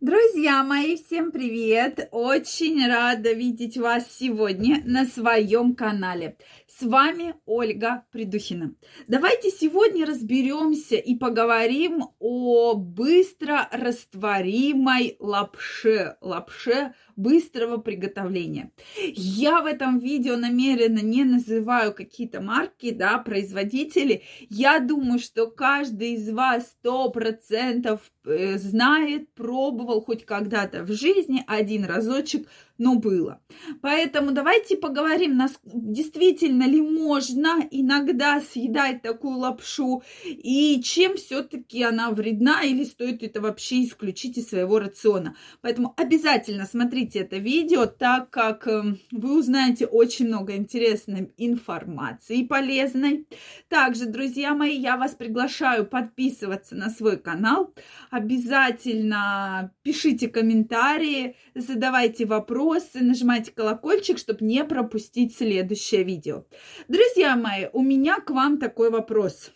Друзья мои, всем привет! Очень рада видеть вас сегодня на своем канале. С вами Ольга Придухина. Давайте сегодня разберемся и поговорим о быстро растворимой лапше быстрого приготовления. Я в этом видео намеренно не называю какие-то марки, производители. Я думаю, что каждый из вас 100% знает, пробовал хоть когда-то в жизни один разочек, но было. Поэтому давайте поговорим, действительно ли можно иногда съедать такую лапшу и чем все-таки она вредна или стоит это вообще исключить из своего рациона. Поэтому обязательно смотрите это видео, так как вы узнаете очень много интересной информации полезной. Также, друзья мои, я вас приглашаю подписываться на свой канал. Обязательно пишите комментарии, задавайте вопросы, нажимайте колокольчик, чтобы не пропустить следующее видео. Друзья мои, у меня к вам такой вопрос.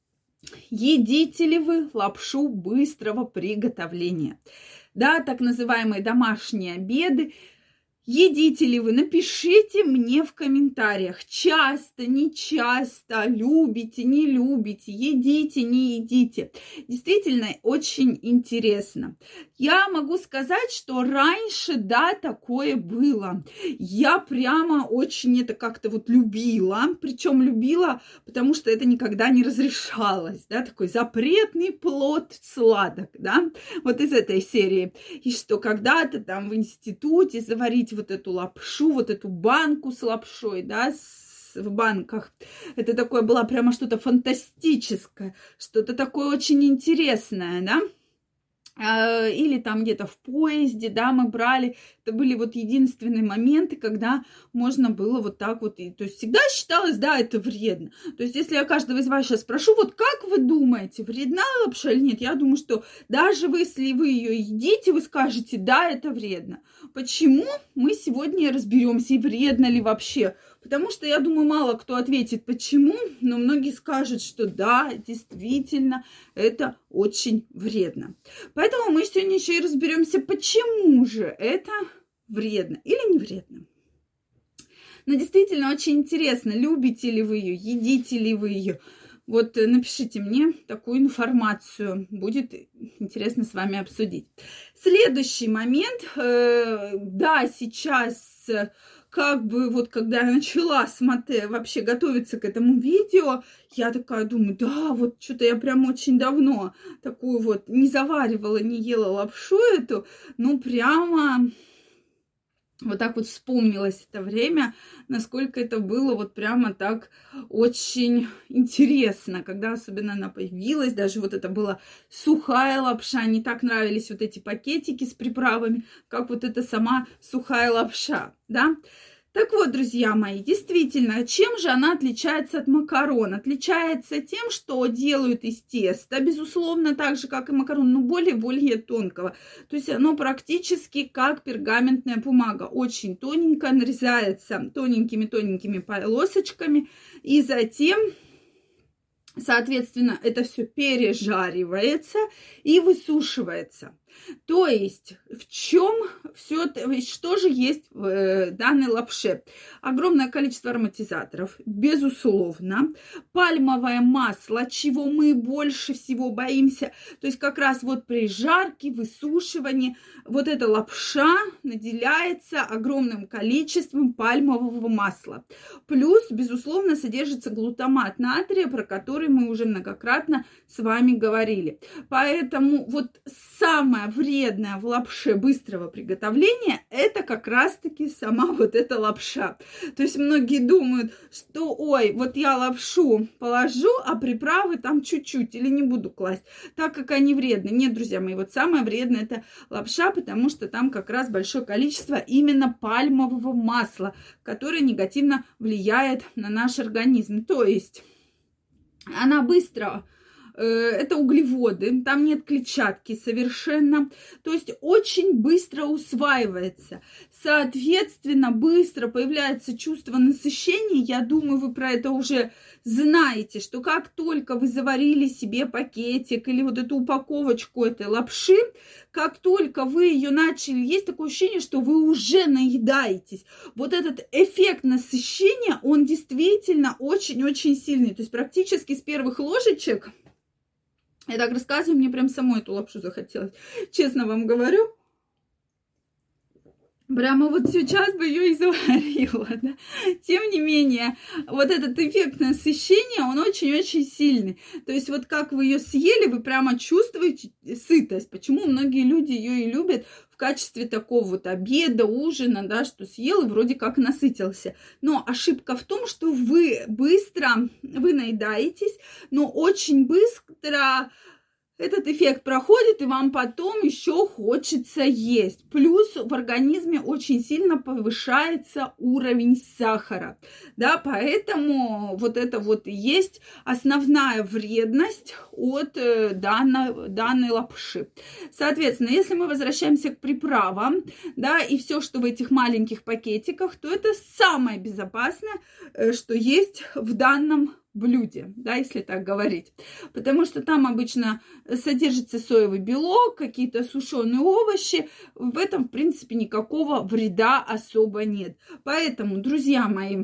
Едите ли вы лапшу быстрого приготовления? Так называемые домашние обеды. Едите ли вы? Напишите мне в комментариях. Часто, не часто, любите, не любите, едите, не едите. Действительно, очень интересно. Я могу сказать, что раньше, такое было. Я прямо очень это как-то любила. Причем любила, потому что это никогда не разрешалось. Такой запретный плод сладок, вот из этой серии. И что когда-то там в институте заварить вот эту лапшу, вот эту банку с лапшой, в банках. Это такое было прямо что-то фантастическое, что-то такое очень интересное, Или там где-то в поезде, мы брали. Это были единственные моменты, когда можно было то есть всегда считалось, это вредно. То есть если я каждого из вас сейчас спрошу, как вы думаете, вредна лапша или нет? Я думаю, что даже если вы ее едите, вы скажете, это вредно. Почему? Мы сегодня разберемся, и вредно ли вообще. Потому что, я думаю, мало кто ответит, почему, но многие скажут, что действительно, это очень вредно. Поэтому мы сегодня еще и разберемся, почему же это вредно или не вредно. Но действительно очень интересно, любите ли вы ее, едите ли вы ее. Напишите мне такую информацию, будет интересно с вами обсудить. Следующий момент, сейчас... когда я начала вообще готовиться к этому видео, я такая думаю, что-то я прям очень давно такую не заваривала, не ела лапшу эту, прямо вспомнилось это время, насколько это было прямо так очень интересно, когда особенно она появилась, даже это была сухая лапша, не так нравились эти пакетики с приправами, как эта сама сухая лапша, Так вот, друзья мои, действительно, чем же она отличается от макарон? Отличается тем, что делают из теста, безусловно, так же, как и макарон, но более тонкого. То есть оно практически как пергаментная бумага, очень тоненько нарезается тоненькими полосочками, и затем... Соответственно, это все пережаривается и высушивается. То есть, что же есть в данной лапше? Огромное количество ароматизаторов, безусловно. Пальмовое масло, чего мы больше всего боимся. То есть, как раз при жарке, высушивании, эта лапша наделяется огромным количеством пальмового масла. Плюс, безусловно, содержится глутамат натрия, про который мы уже многократно с вами говорили. Поэтому самое вредное в лапше быстрого приготовления — это как раз-таки сама эта лапша. То есть многие думают, что я лапшу положу, а приправы там чуть-чуть или не буду класть, так как они вредны. Нет, друзья мои, самое вредное — это лапша, потому что там как раз большое количество именно пальмового масла, которое негативно влияет на наш организм. То есть она быстро это углеводы, там нет клетчатки совершенно, то есть очень быстро усваивается. Соответственно, быстро появляется чувство насыщения. Я думаю, вы про это уже знаете, что как только вы заварили себе пакетик или вот эту упаковочку этой лапши, как только вы ее начали есть, такое ощущение, что вы уже наедаетесь. Вот этот эффект насыщения, он действительно очень-очень сильный. То есть практически с первых ложечек, я так рассказываю, мне прям самой эту лапшу захотелось, честно вам говорю. Прямо вот сейчас бы ее и заварила, да? Тем не менее, вот этот эффект насыщения, он очень-очень сильный. То есть вот как вы ее съели, вы прямо чувствуете сытость. Почему многие люди ее и любят в качестве такого вот обеда, ужина, да, что съел и вроде как насытился. Но ошибка в том, что вы наедаетесь, но очень быстро этот эффект проходит, и вам потом еще хочется есть. Плюс в организме очень сильно повышается уровень сахара. Да, поэтому вот это вот и есть основная вредность от данной лапши. Соответственно, если мы возвращаемся к приправам, да, и все, что в этих маленьких пакетиках, то это самое безопасное, что есть в данном блюде, да, если так говорить. Потому что там обычно содержится соевый белок, какие-то сушеные овощи. В этом, в принципе, никакого вреда особо нет. Поэтому, друзья мои,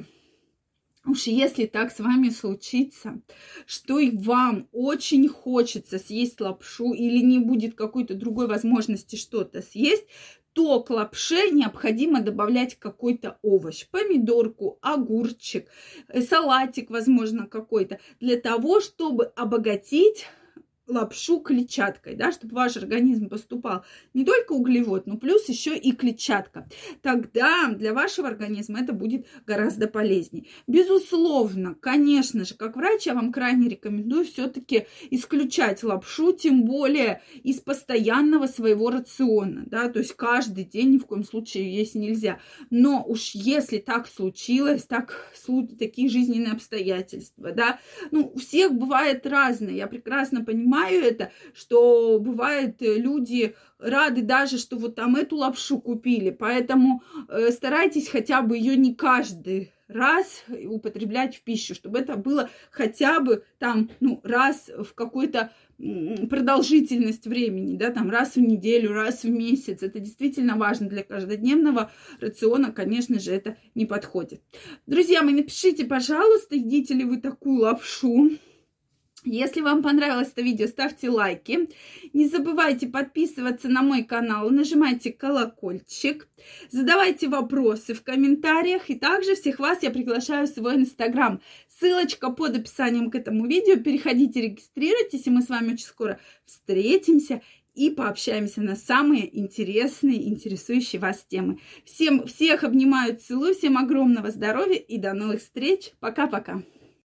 уж если так с вами случится, что и вам очень хочется съесть лапшу или не будет какой-то другой возможности что-то съесть, то к лапше необходимо добавлять какой-то овощ, помидорку, огурчик, салатик, возможно, какой-то, для того, чтобы обогатить лапшу клетчаткой, да, чтобы ваш организм поступал не только углевод, но плюс еще и клетчатка. Тогда для вашего организма это будет гораздо полезнее. Безусловно, конечно же, как врач я вам крайне рекомендую все-таки исключать лапшу, тем более из постоянного своего рациона, да, то есть каждый день ни в коем случае есть нельзя. Но уж если так случилось, такие жизненные обстоятельства, да, ну, у всех бывает разное, я прекрасно понимаю это, что бывает люди рады даже, что вот там эту лапшу купили, поэтому старайтесь хотя бы ее не каждый раз употреблять в пищу, чтобы это было хотя бы там, ну, раз в какой-то продолжительность времени, да, там раз в неделю, раз в месяц. Это действительно важно для каждодневного рациона, конечно же, это не подходит. Друзья мои, напишите, пожалуйста, едите ли вы такую лапшу. Если вам понравилось это видео, ставьте лайки. Не забывайте подписываться на мой канал, нажимайте колокольчик, задавайте вопросы в комментариях. И также всех вас я приглашаю в свой инстаграм. Ссылочка под описанием к этому видео. Переходите, регистрируйтесь, и мы с вами очень скоро встретимся и пообщаемся на самые интересные, интересующие вас темы. Всех обнимаю, целую, всем огромного здоровья и до новых встреч. Пока-пока.